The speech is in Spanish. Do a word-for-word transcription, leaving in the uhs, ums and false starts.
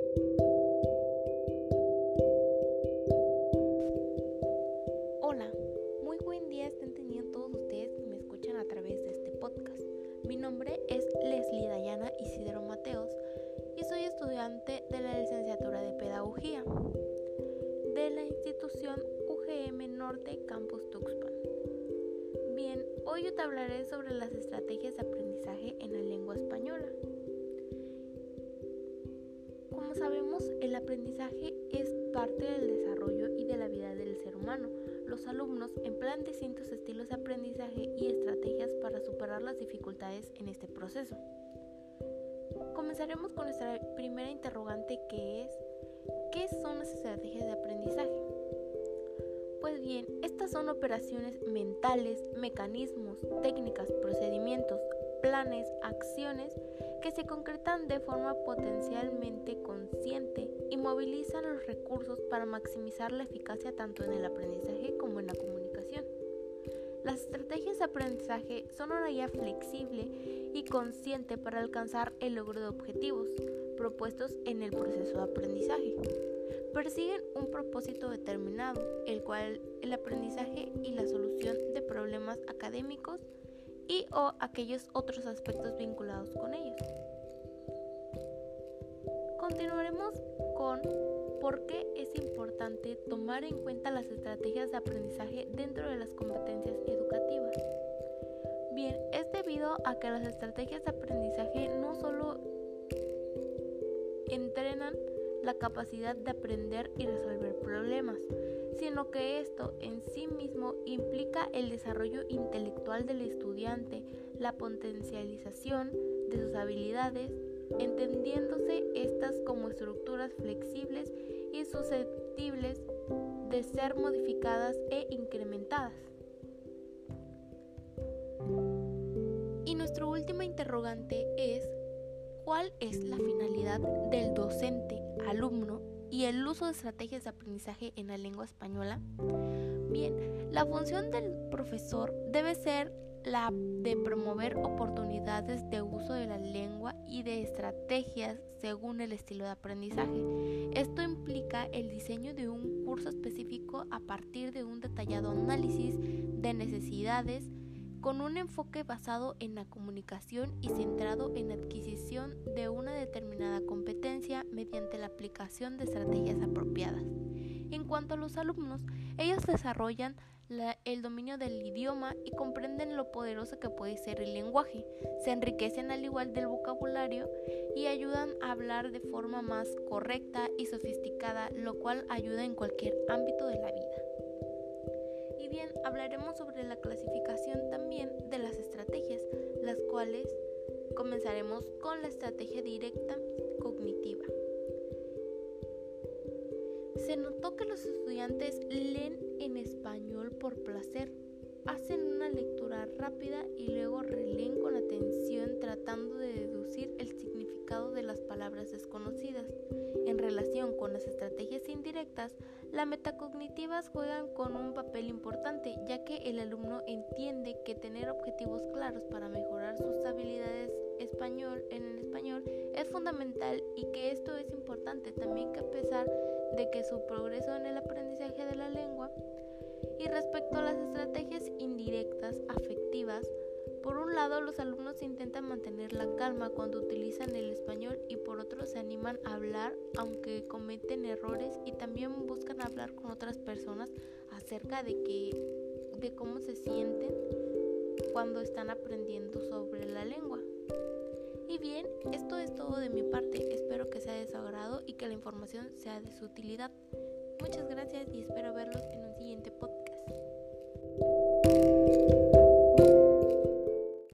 Hola, muy buen día estén teniendo todos ustedes que me escuchan a través de este podcast. Mi nombre es Leslie Dayana Isidro Mateos y soy estudiante de la licenciatura de Pedagogía de la institución U G M Norte Campus Tuxpan. Bien, hoy yo te hablaré sobre las estrategias de aprendizaje en la lengua española. Como sabemos, el aprendizaje es parte del desarrollo y de la vida del ser humano. Los alumnos emplean distintos estilos de aprendizaje y estrategias para superar las dificultades en este proceso. Comenzaremos con nuestra primera interrogante, que es ¿qué son las estrategias de aprendizaje? Pues bien, estas son operaciones mentales, mecanismos, técnicas, procedimientos, planes, acciones que se concretan de forma potencialmente consciente y movilizan los recursos para maximizar la eficacia tanto en el aprendizaje como en la comunicación. Las estrategias de aprendizaje son una guía flexible y consciente para alcanzar el logro de objetivos propuestos en el proceso de aprendizaje. Persiguen un propósito determinado, el cual el aprendizaje y la solución de problemas académicos y o aquellos otros aspectos vinculados con ellos. Continuaremos con por qué es importante tomar en cuenta las estrategias de aprendizaje dentro de las competencias educativas. Bien, es debido a que las estrategias de aprendizaje no solo entrenan la capacidad de aprender y resolver problemas, sino que esto en sí mismo implica el desarrollo intelectual del estudiante, la potencialización de sus habilidades, entendiéndose estas como estructuras flexibles y susceptibles de ser modificadas e incrementadas. Y nuestra última interrogante es ¿cuál es la finalidad del docente, alumno y el uso de estrategias de aprendizaje en la lengua española? Bien, la función del profesor debe ser la de promover oportunidades de uso de la lengua y de estrategias según el estilo de aprendizaje. Esto implica el diseño de un curso específico a partir de un detallado análisis de necesidades con un enfoque basado en la comunicación y centrado en la adquisición de una determinada competencia mediante la aplicación de estrategias apropiadas. En cuanto a los alumnos, ellos desarrollan la, el dominio del idioma y comprenden lo poderoso que puede ser el lenguaje, se enriquecen al igual del vocabulario y ayudan a hablar de forma más correcta y sofisticada, lo cual ayuda en cualquier ámbito de la vida. Y bien, hablaremos sobre la clasificación también de las estrategias, las cuales comenzaremos con la estrategia directa cognitiva. Se notó que los estudiantes leen en español por placer, hacen una lectura rápida y luego releen con atención tratando de deducir el significado de las palabras desconocidas. En relación con las estrategias indirectas, las metacognitivas juegan con un papel importante, ya que el alumno entiende que tener objetivos claros para mejorar sus habilidades español, en el español es fundamental y que esto es importante también que a pesar de que su progreso en el aprendizaje de la lengua. Y respecto a las estrategias indirectas afectivas, por un lado los alumnos intentan mantener la calma cuando utilizan el español y por otro se animan a hablar aunque cometen errores y también buscan hablar con otras personas acerca de, que, de cómo se sienten cuando están aprendiendo sobre la lengua. Y bien, esto es todo de mi parte, espero que sea de su agrado y que la información sea de su utilidad. Muchas gracias y espero verlos en un siguiente podcast.